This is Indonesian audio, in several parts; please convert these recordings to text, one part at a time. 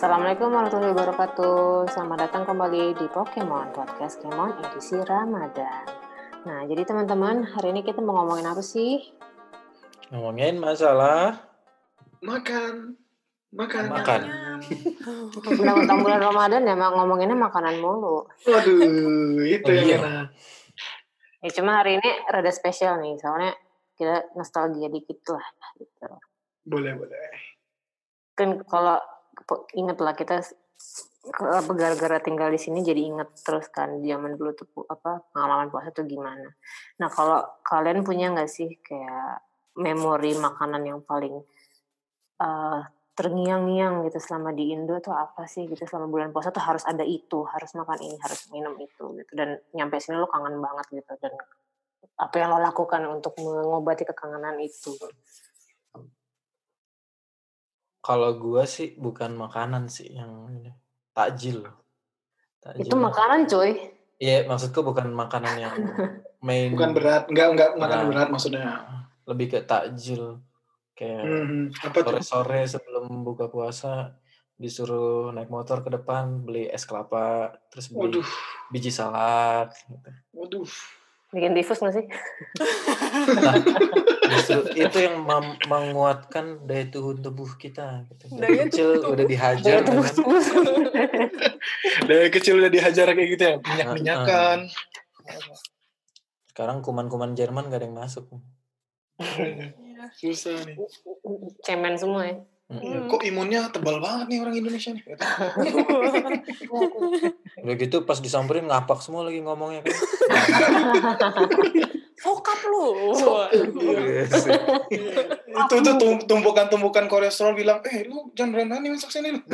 Assalamualaikum warahmatullahi wabarakatuh. Selamat datang kembali di Pokemon Podcast Kemon edisi Ramadan. Nah, jadi teman-teman, hari ini kita mau ngomongin apa sih? Ngomongin masalah Makan. Mentang-mentang bulan Ramadan ya ngomonginnya makanan mulu. Waduh, itu yang enak. Ya cuma hari ini rada spesial nih, soalnya kita nostalgia dikit lah gitu. Boleh. Kan kalau inget lah kita gara-gara tinggal di sini jadi inget terus kan zaman dulu tuh pengalaman puasa tuh gimana. Nah, kalau kalian punya nggak sih kayak memori makanan yang paling terngiang-ngiang gitu selama di Indo tuh apa sih gitu, selama bulan puasa tuh harus ada itu, harus makan ini, harus minum itu gitu, dan nyampe sini lo kangen banget gitu, dan apa yang lo lakukan untuk mengobati kekangenan itu? Kalau gue sih bukan makanan sih yang ini, takjil. Itu makanan coy. Iya, maksudku bukan makanan yang main. Bukan berat, enggak makanan berat maksudnya. Lebih ke takjil. Kayak sore-sore sebelum buka puasa disuruh naik motor ke depan beli es kelapa, terus beli biji salak gitu. Waduh. Bikin tifus nggak sih? Nah, justru itu yang menguatkan daya tubuh kita. Gitu. Dari kecil udah dihajar. Dari kecil udah dihajar kayak gitu ya, minyak-minyakan. Sekarang kuman-kuman Jerman gak ada yang masuk. Susah nih. Cemen semua ya. Kok imunnya tebal banget nih orang Indonesia nih? Udah gitu pas disamperin ngapak semua lagi ngomongnya kan. Sokap lu. Itu tumpukan kolesterol bilang, lu jangan berani masuk sini lu.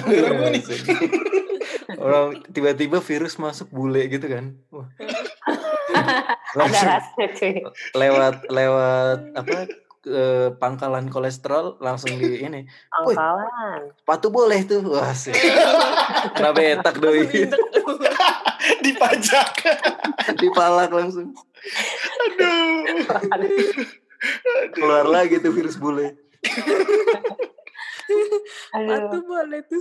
Orang tiba-tiba virus masuk bule gitu kan. Wah. Ada rasanya cuy. Lewat apa? Pangkalan kolesterol langsung di ini. Pangkalan. Sepatu boleh tuh. Wah sih. Kena betak doi. Dipajak. Dipalak langsung. Aduh. Keluar lagi tuh virus bule. Sepatu boleh tuh.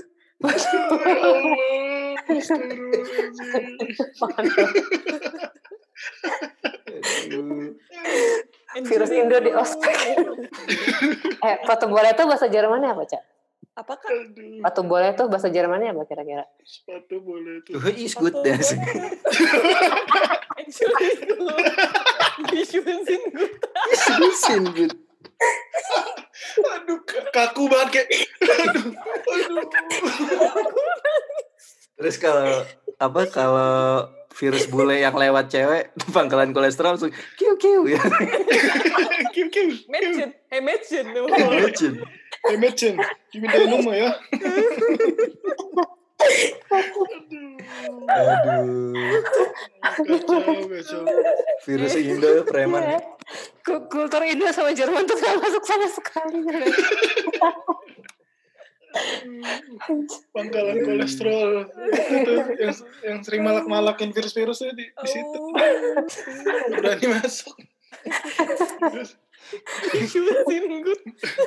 Virus Indo di ospek. Sepatu boleh tuh bahasa Jermannya apa, Cak? Apakah? Sepatu boleh tuh bahasa Jermannya apa kira-kira? Sepatu boleh tuh. Is good ya sih. Actually good. Aduh, kaku banget kayak. Aduh. Terus kalau virus bule yang lewat cewek pangkalan kolesterol langsung kiu ya. Kiu. Imagine. Diminta nomor ya. Aduh. Kacau. Virus Indo preman. Kultur Indo sama Jerman tuh gak masuk sama sekali. Pangkalan kolesterol itu yang sering malak-malakin virus-virusnya di situ. Berani masuk. Singgut.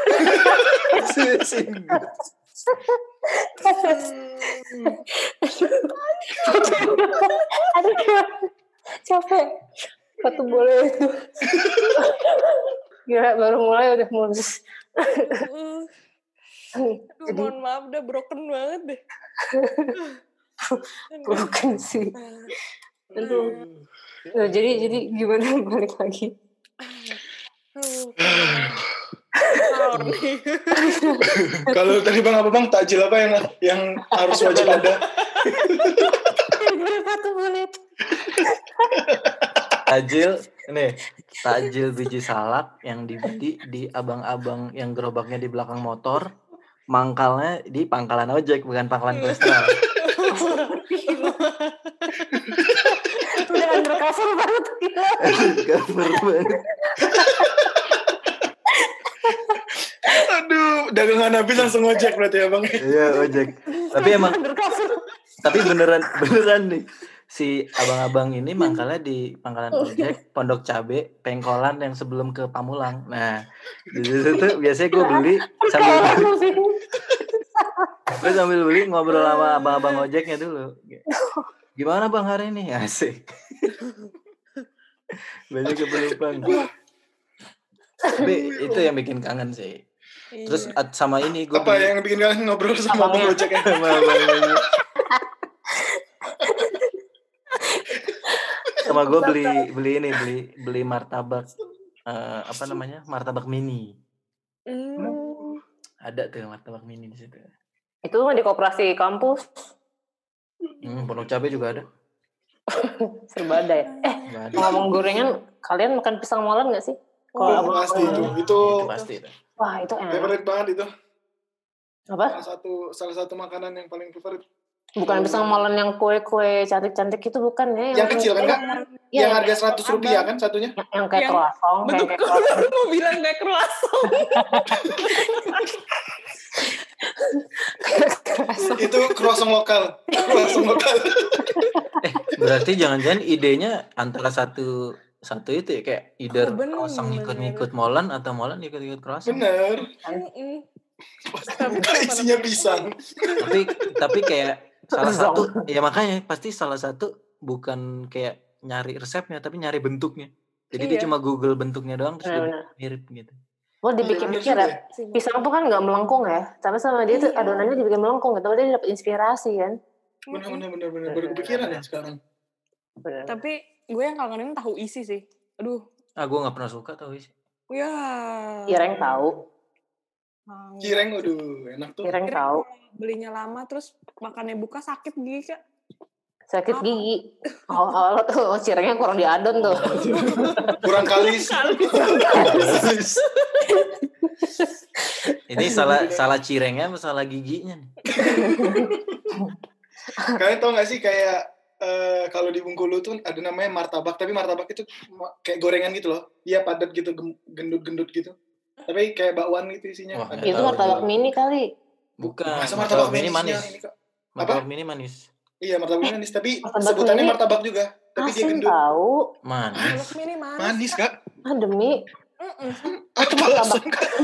Aduh, capek. Sepatu boleh itu. Gila, baru mulai udah mulus. Mohon maaf, udah broken banget deh. Broken sih. Aduh. Nah, jadi gimana balik lagi? Kalau tadi Bang takjil apa yang harus wajib ada? Sepatu boleh. Takjil biji salak yang dibeli di abang-abang yang gerobaknya di belakang motor, mangkalnya di pangkalan ojek bukan pangkalan kolesterol. Udah undercover banget gila. Undercover banget. Aduh, dagangan habis langsung ojek berarti ya Bang. Iya ojek. Tapi beneran nih. Si abang-abang ini mangkalnya di pangkalan ojek, Pondok Cabe, Pengkolan yang sebelum ke Pamulang. Nah, di situ biasanya gue beli sambil Gue sambil beli ngobrol sama abang-abang ojeknya dulu. Gimana bang hari ini? Asik. Banyak penumpang. Tapi itu yang bikin kangen sih. Terus sama ini gue apa yang bikin kangen ngobrol sama abang ojek ya? Sama gue beli martabak apa namanya, martabak mini. Ada tuh martabak mini di situ. Itu di koperasi kampus. Pondok Cabe juga ada. Serba ada ya. Ngomong gorengan, kalian makan pisang molen nggak sih? Kalau pasti itu pasti. Wah itu enak. Favorit banget itu. Apa? Salah satu makanan yang paling favorit. Bukan pisang molen yang kue-kue cantik-cantik itu bukan ya? Yang kecil kan kak? Yang harga Rp100 kan satunya? Yang kayak croissant. Betul, baru mau bilang kayak croissant. Itu croissant lokal. Berarti jangan-jangan idenya antara satu itu ya, kayak either croissant ngikut-ngikut molen atau molen ngikut-ngikut croissant. Bener. Isinya pisang. Tapi kayak salah satu, ya makanya pasti salah satu bukan kayak nyari resepnya, tapi nyari bentuknya. Jadi dia cuma Google bentuknya doang terus dia mirip gitu. Wah dipikir-pikir ya, pisang tuh kan nggak melengkung ya, tapi sama dia tuh adonannya dibikin melengkung gitu, dia dapat inspirasi kan. Bener baru kepikiran ya sekarang. Bener. Tapi gue yang kangenin tahu isi sih. Aduh. Gue nggak pernah suka tahu isi. Ya. Cireng tahu. Cireng, aduh enak tuh. Cireng tahu. Belinya lama terus makannya buka sakit gigi kak. Sakit gigi. Awal tuh cirengnya kurang diadon tuh. Kurang kalis. Ini salah cirengnya apa salah giginya nih? Kalian tau gak sih kayak kalau di Bengkulu tuh ada namanya martabak, tapi martabak itu kayak gorengan gitu loh. Dia padat gitu, gendut-gendut gitu. Tapi kayak bakwan gitu isinya. Itu martabak mini kali. Bukan. Masa martabak mini manis. Martabak mini manis. Iya, martabak manis, tapi sebutannya martabak juga. Tapi dia gendut. Tahu. Manis. Manis, Kak. Demi. Itu martabak.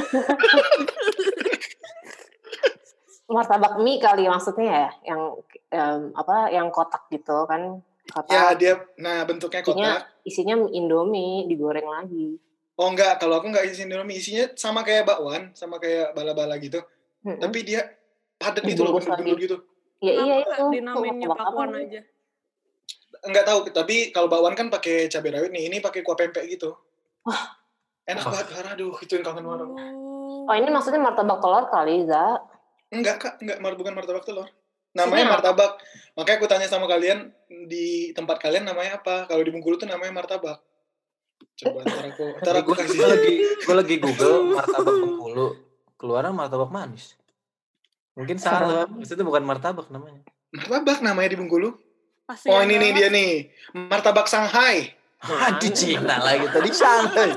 Martabak mie kali maksudnya ya, yang kotak gitu kan. Kotak. Ya, dia bentuknya kotak. Isinya Indomie digoreng lagi. Oh enggak, kalau aku enggak isi Indomie, isinya sama kayak bakwan, sama kayak bala-bala gitu. Tapi dia padat gitu loh, gendut gitu. Iya itu. Dinamainnya bakwan aja. Enggak tahu, tapi kalau bakwan kan pakai cabai rawit nih, ini pakai kuah pempek gitu. Wah, enak banget, aduh, itu yang kangen banget. Oh, ini maksudnya martabak telur kali, Za? Enggak, Kak, bukan martabak telur. Namanya martabak. Makanya aku tanya sama kalian, di tempat kalian namanya apa? Kalau di Bengkulu tuh namanya martabak. Coba ntar aku kasih. Gue lagi Google martabak Bengkulu, keluaran martabak manis. Mungkin salah, itu bukan martabak namanya. Martabak namanya di Bengkulu. Oh ini nih dia nih, martabak Shanghai. Di Cina lagi tadi Shanghai.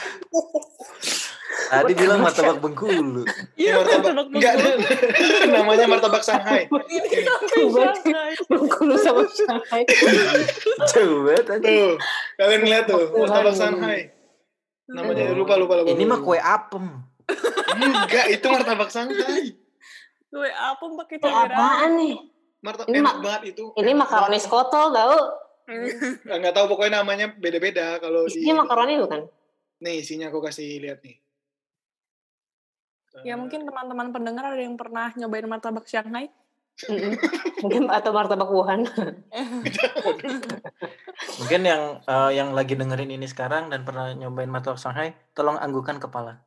Tadi bilang martabak Bengkulu. Iya, martabak enggak ada. Namanya martabak Shanghai. Ini sampai Shanghai. Bengkulu sama Shanghai. Coba tadi. Tuh, kalian lihat tuh, martabak Shanghai. Namanya lupa. Ini mah kue apem. Enggak, itu martabak Shanghai. Kue apem pakai cabai rawit. Apaan nih? Martabak enak banget itu. Ini makaroni skotol tau? Enggak tahu, pokoknya namanya beda-beda kalau isinya makaroni bukan? Nih, isinya aku kasih lihat nih. Ya mungkin teman-teman pendengar ada yang pernah nyobain martabak Shanghai. Mungkin atau martabak Wuhan. Mungkin yang lagi dengerin ini sekarang dan pernah nyobain martabak Shanghai, tolong anggukan kepala.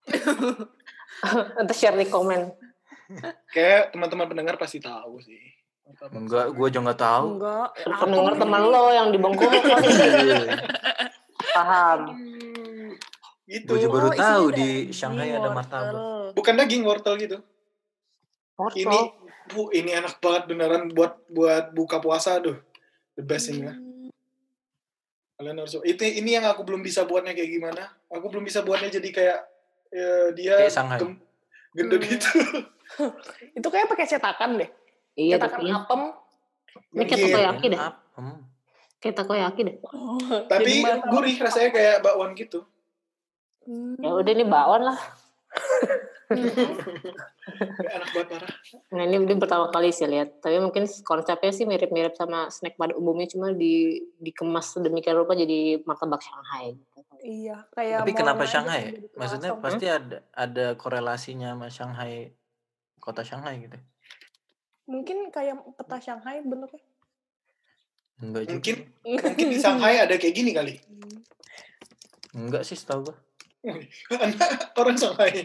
Atau share di komen. Kayak teman-teman pendengar pasti tahu sih. Enggak, gue juga nggak tahu. Enggak. Pendengar teman lo yang di Bengkulu kali. Paham. Gitu. Gue juga baru tahu di Shanghai ada martabak. Bukan daging, wortel gitu. Wortel. Ini enak banget beneran buat buka puasa, the best ini lah. Kalian harus. Ini yang aku belum bisa buatnya kayak gimana. Aku belum bisa buatnya jadi kayak dia gendut gitu. Itu kayak pakai cetakan deh. Iya, cetakan apem. Ini kayak takoyaki deh. Kayak takoyaki deh. Tapi gurih rasanya kayak bakwan gitu. Ya udah ini bakwan lah. Anak banget parah. Nah ini pertama kali sih lihat, tapi mungkin konsepnya sih mirip-mirip sama snack pada umumnya, cuma dikemas sedemikian rupa jadi martabak Shanghai gitu. Iya, kayak Tapi kenapa aja Shanghai? jadi Maksudnya croissant. pasti ada korelasinya sama Shanghai, kota Shanghai gitu. Mungkin kayak peta Shanghai bentuknya. Enggak juga. Mungkin di Shanghai ada kayak gini kali. Enggak sih setahu gue. Orang Shanghai.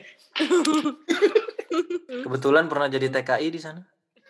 Kebetulan pernah jadi TKI di sana.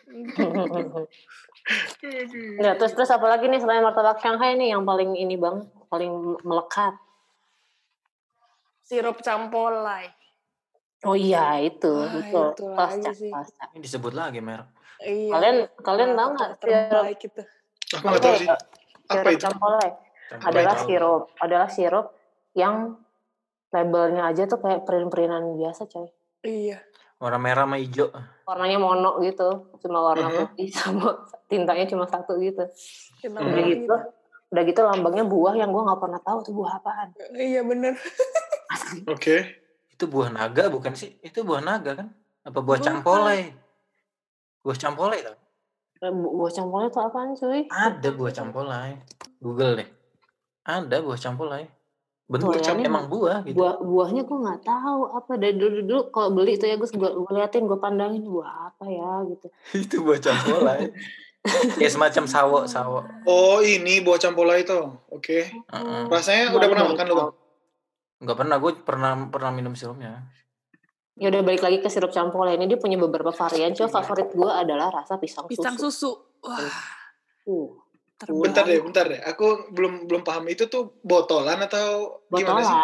Ya, terus apa lagi nih selain martabak Shanghai nih yang paling ini bang, paling melekat? Sirup campolai. Oh iya itu, betul. Itu lagi sih. Ini disebut lagi merek. Iya. Kalian tahu nggak terbaik itu? Aku nggak tahu sih. Apa itu? Campolai adalah sirup yang labelnya aja tuh kayak print-printan biasa coy. Iya. Warna merah sama hijau. Warnanya mono gitu, cuma warna putih sama tintanya cuma satu gitu. Udah gitu lambangnya buah yang gue nggak pernah tahu tuh buah apaan. Iya bener. Oke. Itu buah naga bukan sih? Itu buah naga kan? Apa buah campolai? Buah campolai tau? Buah campolai itu apaan cuy? Ada buah campolai. Google deh. Ada buah campolai. Bentuk emang buah gitu. Buahnya gue nggak tahu apa. Dari dulu kalau beli itu ya gue liatin, gue pandangin buah apa ya gitu. Itu buah campolai. Ya semacam sawo. Oh ini buah campolai itu. Oke. Rasanya udah pernah makan lo bang? Enggak pernah, gue pernah minum sirupnya. Ya udah balik lagi ke sirup campolai ini, dia punya beberapa varian. Cuma favorit gue adalah rasa pisang susu. Wah. Bentar deh. Aku belum paham itu tuh botolan atau gimana sih?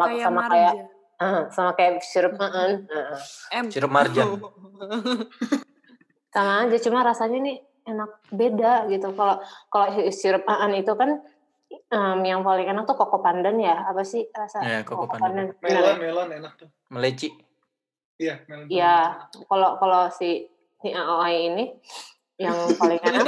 Sama kayak sirup sirup marjan. Sama aja, cuma rasanya nih enak beda gitu. Kalau sirup itu kan yang paling enak tuh koko pandan ya, apa sih rasa? Ya, koko pandan. Melon enak tuh. Meleci. Iya, melon. Iya, kalau si AOI ini yang paling enak.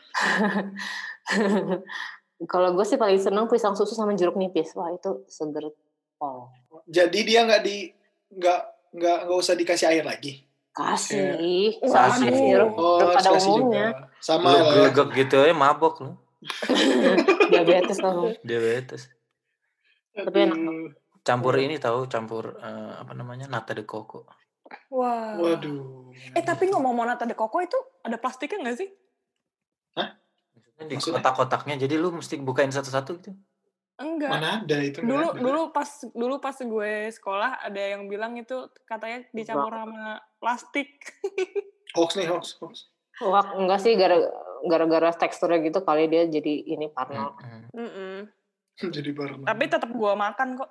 Kalau gue sih paling seneng pisang susu sama jeruk nipis. Wah itu seger. Oh. Jadi dia nggak usah dikasih air lagi. Kasih. Sirup pada umumnya. Juga. Sama lah. Gelegek gitu ya, mabok lu. Diabetes kamu. Diabetes. Tapi enak. Campur apa namanya, nata de coco. Wah. Waduh. Tapi ngomong nata de coco itu ada plastiknya nggak sih? Hah? Di kotak-kotaknya, jadi lu mesti bukain satu-satu gitu. Enggak. Mana ada itu? Dulu pas gue sekolah ada yang bilang itu katanya dicampur sama plastik. Hoax. Wah, enggak sih, gara-gara teksturnya gitu kali dia jadi ini parno. Jadi parno. Tapi tetap gue makan kok.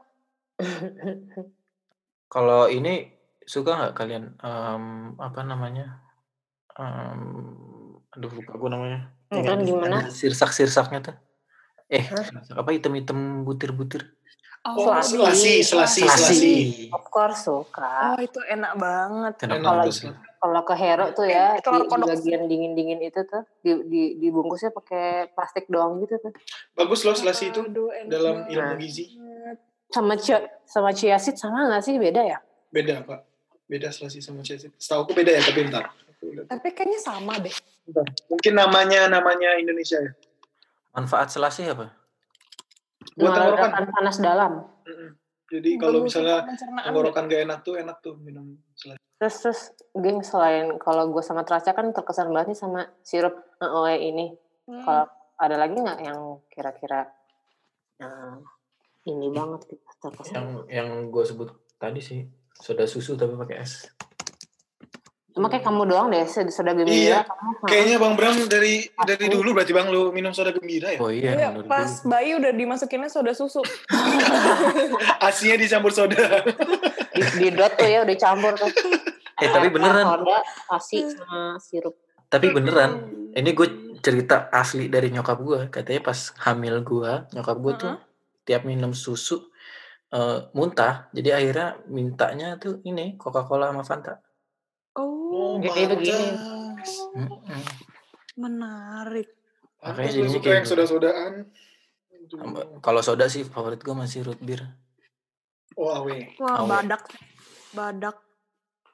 Kalau ini suka nggak kalian apa namanya? Aduh lupa gue namanya. Kan gimana? Sirsak-sirsaknya tuh. Apa hitam-hitam butir-butir? Selasi. Of course suka. Oh itu enak banget. Kalau ke Hero tuh ya di bagian dingin-dingin itu tuh dibungkusnya pakai plastik doang gitu tuh. Bagus loh selasi itu dalam ilmu gizi. Sama chia seed sama nggak sih, beda ya? Beda Pak. Beda selasi sama chia seed. Setahu aku beda ya, tapi bentar. Tapi kayaknya sama deh. Bentar. Mungkin namanya Indonesia ya. Manfaat selasi apa? Buat tenggorokan panas dalam. Jadi kalau misalnya tenggorokan gak enak tuh minum selasi. Terus geng, selain kalau gue sama Traca kan terkesan banget nih sama sirup AOE ini. Kalau ada lagi nggak yang kira-kira ini banget gitu terkesan? Yang gue sebut tadi sih soda susu tapi pakai es. Cuma kayak kamu doang deh soda gembira. Iya. Kayaknya Bang Bram dari dulu berarti Bang lu minum soda gembira ya? Oh iya. Pas bayi udah dimasukinnya soda susu. Asinya dicampur soda. Di dot tuh ya udah campur tuh. Tapi beneran. Soda, asi sama sirup. Tapi beneran. Ini gue cerita asli dari nyokap gue. Katanya pas hamil gue, nyokap gue tuh tiap minum susu muntah. Jadi akhirnya mintanya tuh ini Coca-Cola sama Fanta. Oh, jadi begini. Menarik. Makanya jadinya suka yang soda-sodaan. Kalau soda sih favorit gue masih root beer. Oh, awe. Wah, badak.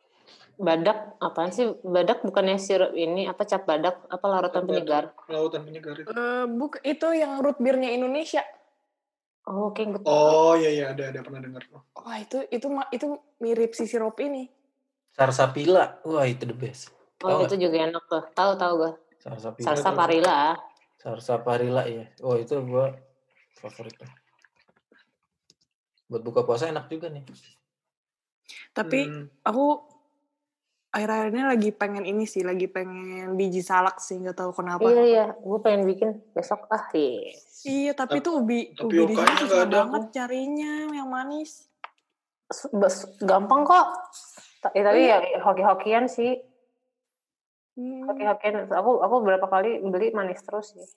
Badak apaan sih? Badak bukannya sirup ini apa cap badak apa larutan penyegar? Larutan penyegar itu. Itu yang root beer-nya Indonesia. Oh, oke, betul. Oh iya ada pernah dengar. Wah, itu mirip si sirup ini. Sarsapila. Wah, itu the best. Oh, itu juga enak tuh. Tahu gue. Sarsaparilla. Sarsaparilla ya. Oh, itu gue favorit tuh. Buat buka puasa enak juga nih. Tapi aku akhir-akhir ini lagi pengen biji salak sih, nggak tahu kenapa. Iya, gue pengen bikin besok Iya, tapi itu ubi biji susah banget carinya yang manis. Gampang kok. Tapi ya hoki-hokian sih. Hoki-hokian. Aku berapa kali beli manis terus sih.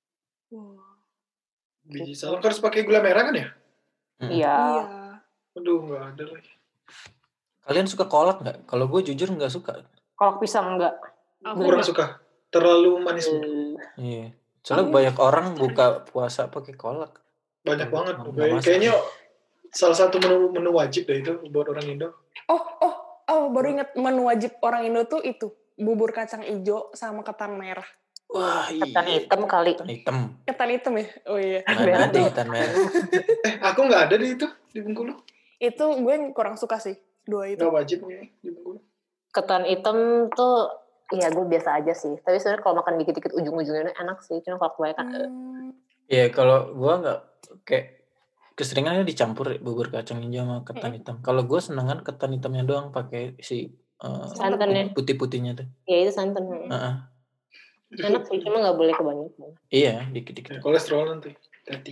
Biji salak harus pakai gula merah kan ya? Iya. Aduh, nggak ada lagi. Kalian suka kolak nggak? Kalau gue jujur nggak suka. Kolak pisang nggak. Aku kurang suka. Terlalu manis. Iya. Soalnya banyak orang buka puasa pakai kolak. Banyak banget. Kayaknya salah satu menu wajib deh itu buat orang Indo. Baru ingat menu wajib orang Indo tuh itu bubur kacang hijau sama ketan merah. Wah, ketan hitam kali. Ketan hitam ya? Oh iya. Mana ada ketan merah? Aku nggak ada deh itu di Bengkulu. Itu gue kurang suka sih. Dua itu. Nggak wajib nih di Bengkulu. Ketan hitam tuh, iya gue biasa aja sih. Tapi sebenarnya kalau makan dikit-dikit ujung-ujungnya enak sih. Cuma kalau kebanyakan. Iya, kalau gue nggak kayak keseringannya dicampur bubur kacang hijau sama ketan hitam. Kalau gue senengan ketan hitamnya doang pakai si santannya. Putih-putihnya tuh. Iya itu santan. Enak sih, cuma nggak boleh kebanyakan. Iya, dikit-dikit. Kolesterol nanti. Hati.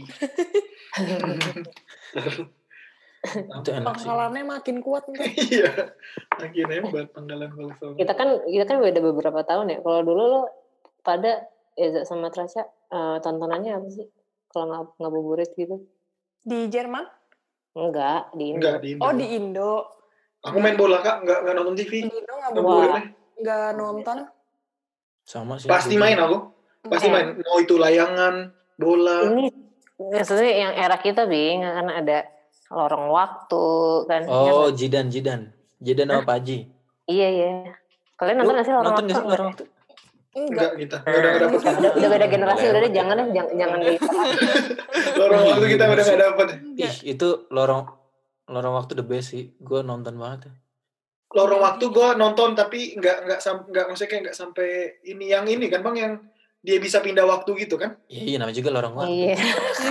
Itu enak sih. Pangkalannya makin kuat nih. Iya, makin hebat pangkalan kolesterol. Kita kan beda beberapa tahun ya. Kalau dulu lo pada Eza sama Traca tontonannya apa sih? Kalau ngabuburit gitu? Di Jerman? Enggak, di Indo. Oh, di Indo. Aku main bola Kak, nggak nonton TV. Di Indo nggak nonton. Sama sih. Pasti main aku. Pasti main. Mau itu layangan, bola. Ini maksudnya yang era kita Bing, karena ada lorong waktu kan. Oh, Jidan sama Pak Haji. Iya. Kalian nonton nggak sih lorong waktu? Enggak kita. Udah dapet. Udah beda generasi, udah jangan di. Lorong waktu kita udah nggak dapet. Ih, itu lorong waktu the best sih. Gue nonton banget. Lorong waktu gue nonton tapi nggak maksudnya kayak nggak sampai ini yang ini kan Bang yang dia bisa pindah waktu gitu kan? Iya namanya juga lorong waktu. Iya.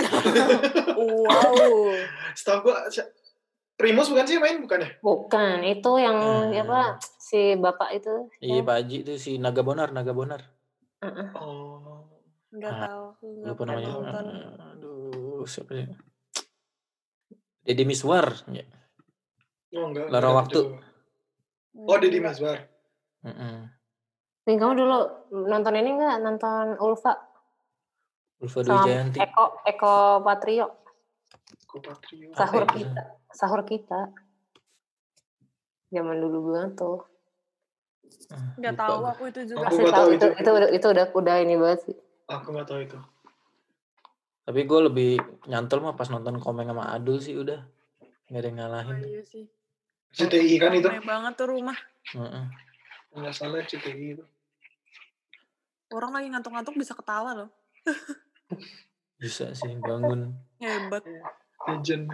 Wow. Setahu gue Primus bukan sih main bukan ya? Bukan, itu yang apa si bapak itu. Iya Pak Haji itu si Naga Bonar. Oh. Nggak tahu. Lupa namanya. Aduh, siapa ya? Deddy Miswar. Ya. Oh enggak. Lorong waktu. Oh Deddy Miswar. Nih kamu dulu nonton ini nggak? Nonton Ulfa Dwi Jayanti. Eko Patrio. Sahur kita. Zaman dulu banget tuh. Nggak tahu aku itu juga. Aku tahu itu udah ini banget sih. Aku nggak tahu itu. Tapi gue lebih nyantol mah pas nonton Komeng sama Adul sih udah. Nggak ada yang ngalahin. Oh, iya sih. CTI kan itu. Ramai banget tuh rumah. Nggak salah CTI itu. Orang lagi ngantuk-ngantuk bisa ketawa loh. Bisa sih bangun. Hebat. Legend.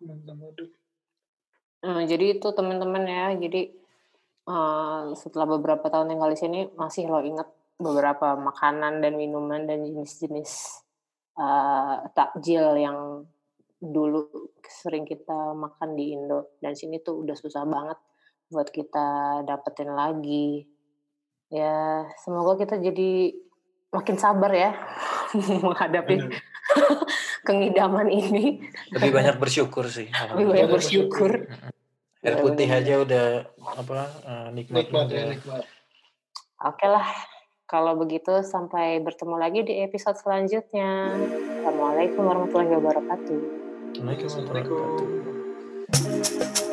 Jadi itu teman-teman ya. Jadi setelah beberapa tahun tinggal di sini masih lo inget beberapa makanan dan minuman dan jenis-jenis takjil yang dulu sering kita makan di Indo, dan sini tuh udah susah banget buat kita dapetin lagi. Ya semoga kita jadi makin sabar ya menghadapi kengidaman ini. Lebih banyak bersyukur sih. Lebih banyak bersyukur. Air putih aja udah nikmat. Oke lah, kalau begitu sampai bertemu lagi di episode selanjutnya. Assalamualaikum warahmatullahi wabarakatuh. Assalamualaikum warahmatullahi wabarakatuh.